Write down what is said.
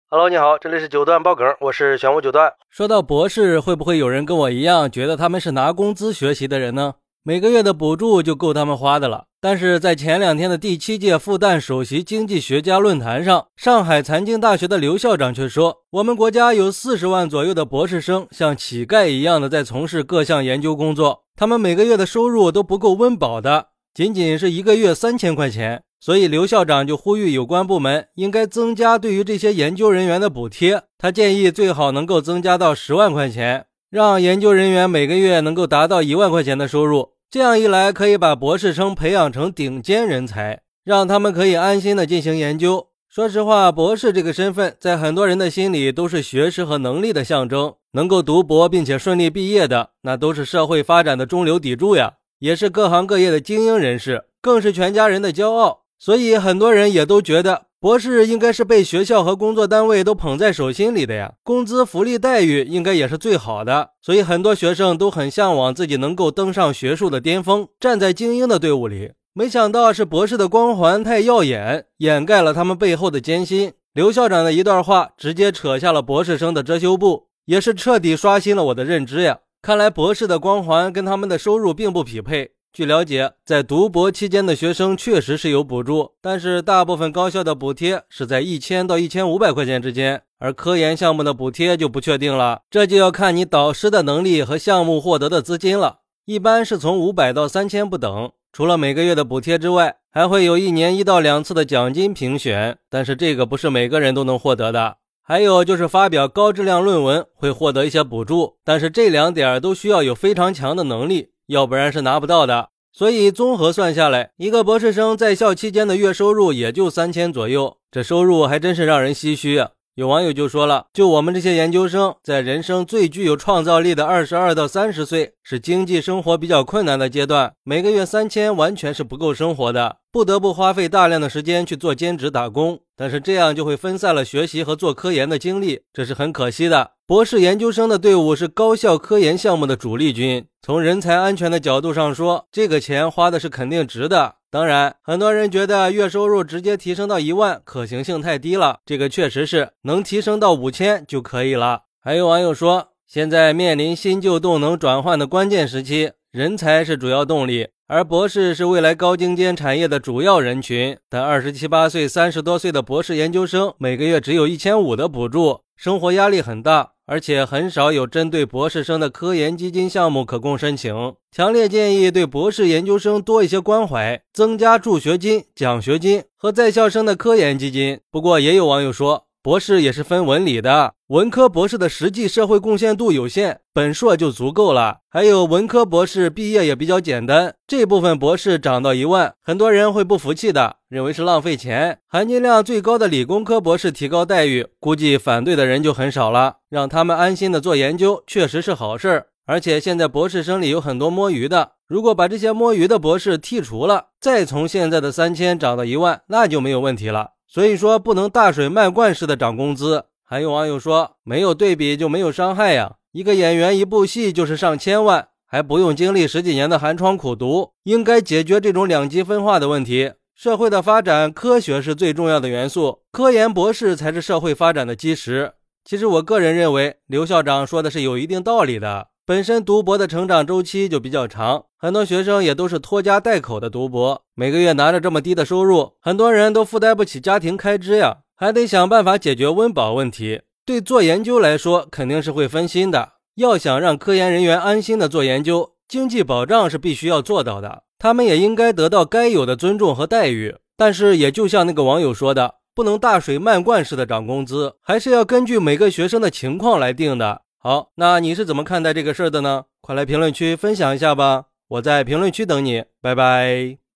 Hello， 你好，这里是九段爆梗，我是玄武九段。 说到博士，会不会有人跟我一样觉得他们是拿工资学习的人呢？每个月的补助就够他们花的了。但是在前2天的第7届复旦首席经济学家论坛上，上海财经大学的刘校长却说，我们国家有40万左右的博士生像乞丐一样的在从事各项研究工作，他们每个月的收入都不够温饱的，仅仅是1个月3000块钱。所以刘校长就呼吁有关部门应该增加对于这些研究人员的补贴，他建议最好能够增加到10万块钱，让研究人员每个月能够达到1万块钱的收入。这样一来，可以把博士生培养成顶尖人才，让他们可以安心的进行研究。说实话，博士这个身份在很多人的心里都是学识和能力的象征，能够读博并且顺利毕业的，那都是社会发展的中流砥柱呀，也是各行各业的精英人士，更是全家人的骄傲。所以很多人也都觉得博士应该是被学校和工作单位都捧在手心里的呀，工资福利待遇应该也是最好的，所以很多学生都很向往自己能够登上学术的巅峰，站在精英的队伍里。没想到是博士的光环太耀眼，掩盖了他们背后的艰辛。刘校长的一段话直接扯下了博士生的遮羞布，也是彻底刷新了我的认知呀。看来博士的光环跟他们的收入并不匹配。据了解，在读博期间的学生确实是有补助，但是大部分高校的补贴是在1000到1500块钱之间，而科研项目的补贴就不确定了，这就要看你导师的能力和项目获得的资金了，一般是从500到3000不等。除了每个月的补贴之外，还会有1年1到2次的奖金评选，但是这个不是每个人都能获得的。还有就是发表高质量论文会获得一些补助，但是这2点都需要有非常强的能力，要不然是拿不到的。所以综合算下来，一个博士生在校期间的月收入也就3000左右，这收入还真是让人唏嘘啊。有网友就说了，就我们这些研究生，在人生最具有创造力的22到30岁，是经济生活比较困难的阶段，每个月3000完全是不够生活的，不得不花费大量的时间去做兼职打工，但是这样就会分散了学习和做科研的精力，这是很可惜的。博士研究生的队伍是高校科研项目的主力军，从人才安全的角度上说，这个钱花的是肯定值的。当然，很多人觉得月收入直接提升到1万可行性太低了，这个确实是能提升到5000就可以了。还有网友说，现在面临新旧动能转换的关键时期，人才是主要动力，而博士是未来高精尖产业的主要人群，但27、8岁、30多岁的博士研究生每个月只有1500的补助，生活压力很大，而且很少有针对博士生的科研基金项目可供申请。强烈建议对博士研究生多一些关怀，增加助学金、奖学金和在校生的科研基金。不过也有网友说，博士也是分文理的，文科博士的实际社会贡献度有限，本硕就足够了。还有文科博士毕业也比较简单，这部分博士涨到1万，很多人会不服气的，认为是浪费钱。含金量最高的理工科博士提高待遇，估计反对的人就很少了，让他们安心的做研究确实是好事。而且现在博士生里有很多摸鱼的，如果把这些摸鱼的博士剔除了，再从现在的3000涨到1万，那就没有问题了。所以说不能大水漫灌式的涨工资。还有网友说，没有对比就没有伤害呀，一个演员一部戏就是上千万，还不用经历10几年的寒窗苦读，应该解决这种两极分化的问题。社会的发展，科学是最重要的元素，科研博士才是社会发展的基石。其实我个人认为，刘校长说的是有一定道理的。本身读博的成长周期就比较长，很多学生也都是拖家带口的读博，每个月拿着这么低的收入，很多人都负担不起家庭开支呀，还得想办法解决温饱问题。对做研究来说肯定是会分心的，要想让科研人员安心的做研究，经济保障是必须要做到的，他们也应该得到该有的尊重和待遇。但是也就像那个网友说的，不能大水漫灌式的涨工资，还是要根据每个学生的情况来定的。好，那你是怎么看待这个事儿的呢？快来评论区分享一下吧，我在评论区等你，拜拜。